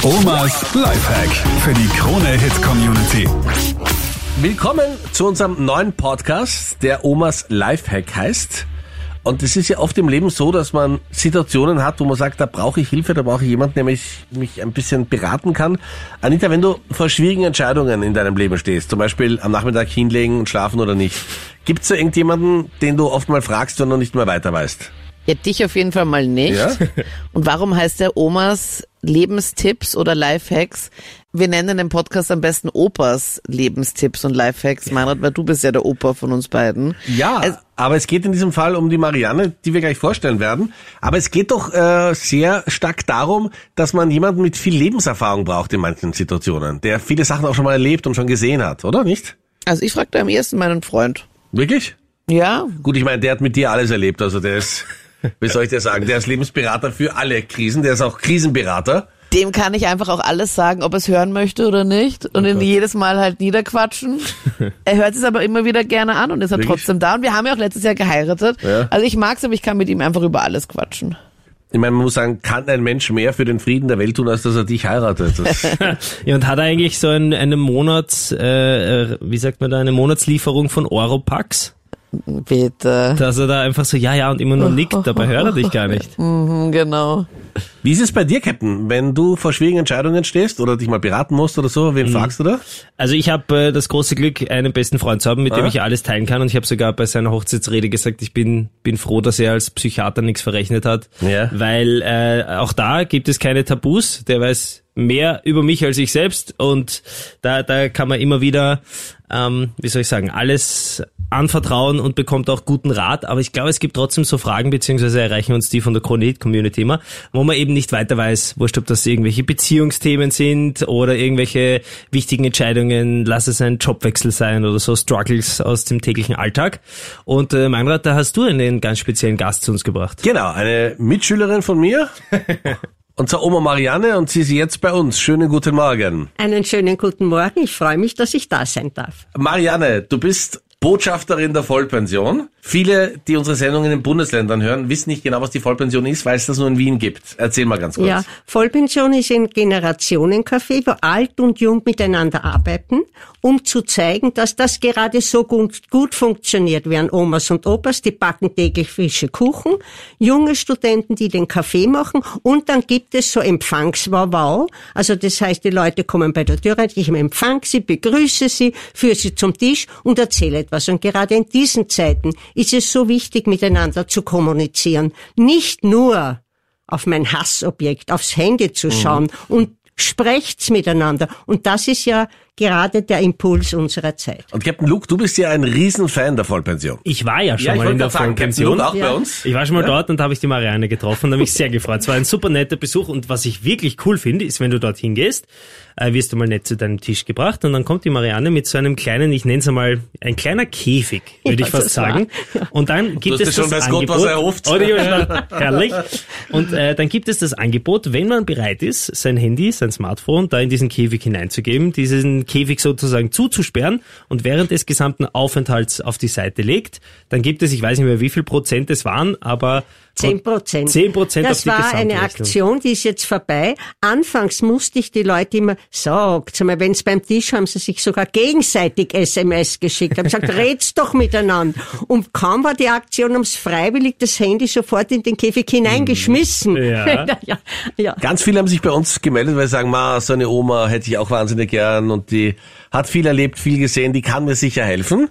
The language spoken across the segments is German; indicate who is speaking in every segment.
Speaker 1: Omas Lifehack für die Krone-Hit-Community.
Speaker 2: Willkommen zu unserem neuen Podcast, der Omas Lifehack heißt. Und es ist ja oft im Leben so, dass man Situationen hat, wo man sagt, da brauche ich Hilfe, da brauche ich jemanden, der mich ein bisschen beraten kann. Anita, wenn du vor schwierigen Entscheidungen in deinem Leben stehst, zum Beispiel am Nachmittag hinlegen und schlafen oder nicht, gibt's da irgendjemanden, den du oft mal fragst und noch nicht mehr weiter weißt?
Speaker 3: Ja, dich auf jeden Fall mal nicht.
Speaker 2: Ja?
Speaker 3: Und warum heißt der Omas Lebenstipps oder Lifehacks? Wir nennen den Podcast am besten Opas Lebenstipps und Lifehacks, Meinrad, weil du bist ja der Opa von uns beiden.
Speaker 2: Ja, aber es geht in diesem Fall um die Marianne, die wir gleich vorstellen werden. Aber es geht doch sehr stark darum, dass man jemanden mit viel Lebenserfahrung braucht in manchen Situationen, der viele Sachen auch schon mal erlebt und schon gesehen hat, oder nicht?
Speaker 3: Also ich fragte am ehesten meinen Freund.
Speaker 2: Wirklich?
Speaker 3: Ja.
Speaker 2: Gut, ich meine, der hat mit dir alles erlebt, also der ist, wie soll ich dir sagen, der ist Lebensberater für alle Krisen, der ist auch Krisenberater.
Speaker 3: Dem kann ich einfach auch alles sagen, ob er es hören möchte oder nicht und ihn jedes Mal halt niederquatschen. Er hört es aber immer wieder gerne an und ist halt trotzdem da. Und wir haben ja auch letztes Jahr geheiratet. Ja. Also ich mag's, aber ich kann mit ihm einfach über alles quatschen.
Speaker 2: Ich meine, man muss sagen, kann ein Mensch mehr für den Frieden der Welt tun, als dass er dich heiratet?
Speaker 4: Ja, und hat er eigentlich so eine eine Monatslieferung von Oropax?
Speaker 3: Bitte.
Speaker 4: Dass er da einfach so, ja, und immer nur nickt, dabei hört er dich gar nicht.
Speaker 3: Genau.
Speaker 2: Wie ist es bei dir, Captain, wenn du vor schwierigen Entscheidungen stehst oder dich mal beraten musst oder so? Wen fragst du da?
Speaker 4: Also ich habe das große Glück, einen besten Freund zu haben, mit dem ich alles teilen kann. Und ich habe sogar bei seiner Hochzeitsrede gesagt, ich bin froh, dass er als Psychiater nichts verrechnet hat. Ja. Weil auch da gibt es keine Tabus. Der weiß mehr über mich als ich selbst. Und da kann man immer wieder, alles anvertrauen und bekommt auch guten Rat, aber ich glaube, es gibt trotzdem so Fragen, beziehungsweise erreichen uns die von der Krone-Hit-Community immer, wo man eben nicht weiter weiß, wurscht, ob das irgendwelche Beziehungsthemen sind oder irgendwelche wichtigen Entscheidungen, lass es ein Jobwechsel sein oder so Struggles aus dem täglichen Alltag. Und Meinrad, da hast du einen ganz speziellen Gast zu uns gebracht.
Speaker 2: Genau, eine Mitschülerin von mir. Und zwar Oma Marianne, und sie ist jetzt bei uns. Schönen guten Morgen.
Speaker 5: Einen schönen guten Morgen. Ich freue mich, dass ich da sein darf.
Speaker 2: Marianne, du bist Botschafterin der Vollpension. Viele, die unsere Sendung in den Bundesländern hören, wissen nicht genau, was die Vollpension ist, weil es das nur in Wien gibt. Erzähl mal ganz kurz.
Speaker 5: Ja, Vollpension ist ein Generationencafé, wo alt und jung miteinander arbeiten, um zu zeigen, dass das gerade so gut funktioniert. Wir haben Omas und Opas, die backen täglich frische Kuchen, junge Studenten, die den Kaffee machen, und dann gibt es so Empfangswauwau. Also das heißt, die Leute kommen bei der Tür rein, ich empfange sie, begrüße sie, führe sie zum Tisch und erzähle etwas. Und gerade in diesen Zeiten ist es so wichtig, miteinander zu kommunizieren. Nicht nur auf mein Hassobjekt, aufs Handy zu schauen und sprecht's miteinander. Und das ist ja gerade der Impuls unserer Zeit.
Speaker 2: Und Captain Luke, du bist ja ein Riesenfan der Vollpension.
Speaker 4: Ich war ja schon mal in der Vollpension.
Speaker 2: Auch bei uns.
Speaker 4: Ich war schon mal dort und habe ich die Marianne getroffen und habe mich sehr gefreut. Es war ein super netter Besuch, und was ich wirklich cool finde, ist, wenn du dorthin gehst, wirst du mal nett zu deinem Tisch gebracht und dann kommt die Marianne mit so einem kleinen, ich nenne es einmal, ein kleiner Käfig, würde ich fast sagen. Ja. Und dann gibt es das Angebot. Gott, was erhofft. Herrlich. Und dann gibt es das Angebot, wenn man bereit ist, sein Handy, sein Smartphone da in diesen Käfig hineinzugeben, diesen Käfig sozusagen zuzusperren und während des gesamten Aufenthalts auf die Seite legt, dann gibt es, ich weiß nicht mehr, wie viel Prozent es waren, aber
Speaker 5: 10%.
Speaker 4: 10%
Speaker 5: das
Speaker 4: auf die
Speaker 5: war eine
Speaker 4: Gesamtrechnung.
Speaker 5: Aktion, die ist jetzt vorbei. Anfangs musste ich die Leute immer, sagt mal, wenn es beim Tisch haben sie sich sogar gegenseitig SMS geschickt, haben gesagt, red's doch miteinander. Und kaum war die Aktion, haben sie freiwillig das Handy sofort in den Käfig hineingeschmissen.
Speaker 4: Ja.
Speaker 5: Ja.
Speaker 2: Ganz viele haben sich bei uns gemeldet, weil sie sagen, so eine Oma hätte ich auch wahnsinnig gern und die hat viel erlebt, viel gesehen, die kann mir sicher helfen.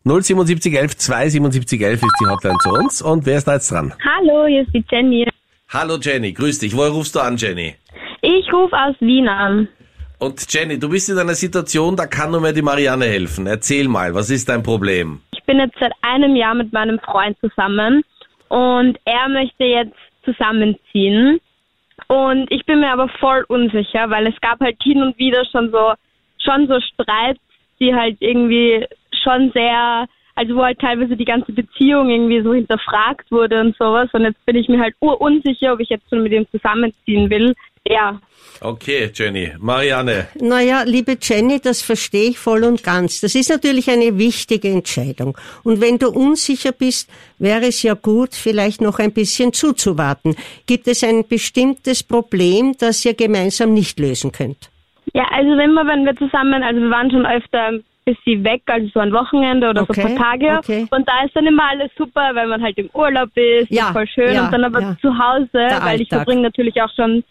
Speaker 2: 07711 27711 ist die Hotline zu uns. Und wer ist da jetzt dran?
Speaker 6: Hallo, hier ist die Jenny.
Speaker 2: Hallo Jenny, grüß dich. Woher rufst du an, Jenny?
Speaker 6: Ich rufe aus Wien an.
Speaker 2: Und Jenny, du bist in einer Situation, da kann nur mehr die Marianne helfen. Erzähl mal, was ist dein Problem?
Speaker 6: Ich bin jetzt seit einem Jahr mit meinem Freund zusammen und er möchte jetzt zusammenziehen. Und ich bin mir aber voll unsicher, weil es gab halt hin und wieder schon so Streits, die halt irgendwie schon sehr also wo halt teilweise die ganze Beziehung irgendwie so hinterfragt wurde und sowas. Und jetzt bin ich mir halt unsicher, ob ich jetzt schon mit ihm zusammenziehen will. Ja.
Speaker 2: Okay, Jenny. Marianne.
Speaker 5: Naja, liebe Jenny, das verstehe ich voll und ganz. Das ist natürlich eine wichtige Entscheidung. Und wenn du unsicher bist, wäre es ja gut, vielleicht noch ein bisschen zuzuwarten. Gibt es ein bestimmtes Problem, das ihr gemeinsam nicht lösen könnt?
Speaker 6: Ja, also wenn wir zusammen, also wir waren schon öfter ein bisschen weg, also so ein Wochenende oder so ein paar Tage.
Speaker 5: Okay.
Speaker 6: Und da ist dann immer alles super, weil man halt im Urlaub ist, voll schön. Und dann aber zu Hause, weil ich verbringe natürlich auch schon,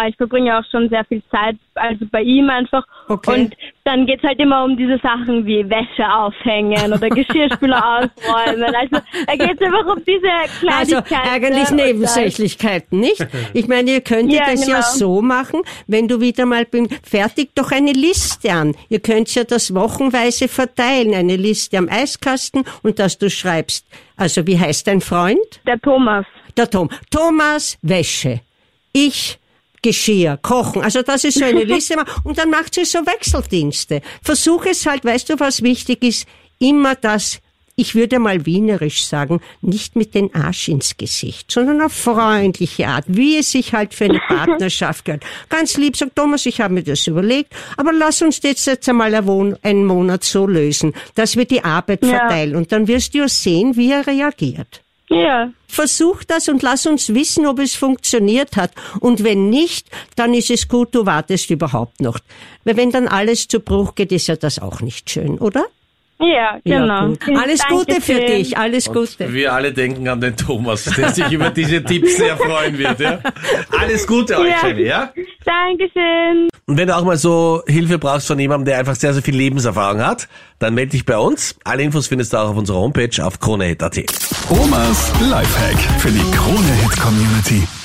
Speaker 6: sehr viel Zeit, also bei ihm einfach. Okay. Und dann geht's halt immer um diese Sachen wie Wäsche aufhängen oder Geschirrspüler ausräumen. Also da geht's einfach um diese Kleinigkeiten.
Speaker 5: Also eigentlich Nebensächlichkeiten, nicht? Ich meine, ihr könntet das ja so machen, wenn du wieder mal fertig doch eine Liste an. Ihr könnt ja das wochenweise verteilen, eine Liste am Eiskasten und dass du schreibst. Also wie heißt dein Freund?
Speaker 6: Der Thomas.
Speaker 5: Der Thomas, Wäsche. Ich Geschirr, Kochen, also das ist so eine Liste. Und dann macht sie so Wechseldienste. Versuch es halt, weißt du, was wichtig ist? Immer das, ich würde mal wienerisch sagen, nicht mit den Arsch ins Gesicht, sondern auf freundliche Art, wie es sich halt für eine Partnerschaft gehört. Ganz lieb sagt, Thomas, ich habe mir das überlegt, aber lass uns jetzt einmal einen Monat so lösen, dass wir die Arbeit verteilen. Und dann wirst du ja sehen, wie er reagiert.
Speaker 6: Ja.
Speaker 5: Versuch das und lass uns wissen, ob es funktioniert hat. Und wenn nicht, dann ist es gut, du wartest überhaupt noch. Weil wenn dann alles zu Bruch geht, ist ja das auch nicht schön, oder?
Speaker 6: Ja, genau.
Speaker 5: Ja, alles Gute für dich, alles Gute.
Speaker 2: Und wir alle denken an den Thomas, der sich über diese Tipps sehr freuen wird. Ja? Alles Gute euch, Jenny, ja?
Speaker 6: Dankeschön.
Speaker 2: Und wenn du auch mal so Hilfe brauchst von jemandem, der einfach sehr, sehr viel Lebenserfahrung hat, dann melde dich bei uns. Alle Infos findest du auch auf unserer Homepage auf KroneHit.at.
Speaker 1: Omas Lifehack für die Krone-Hit-Community.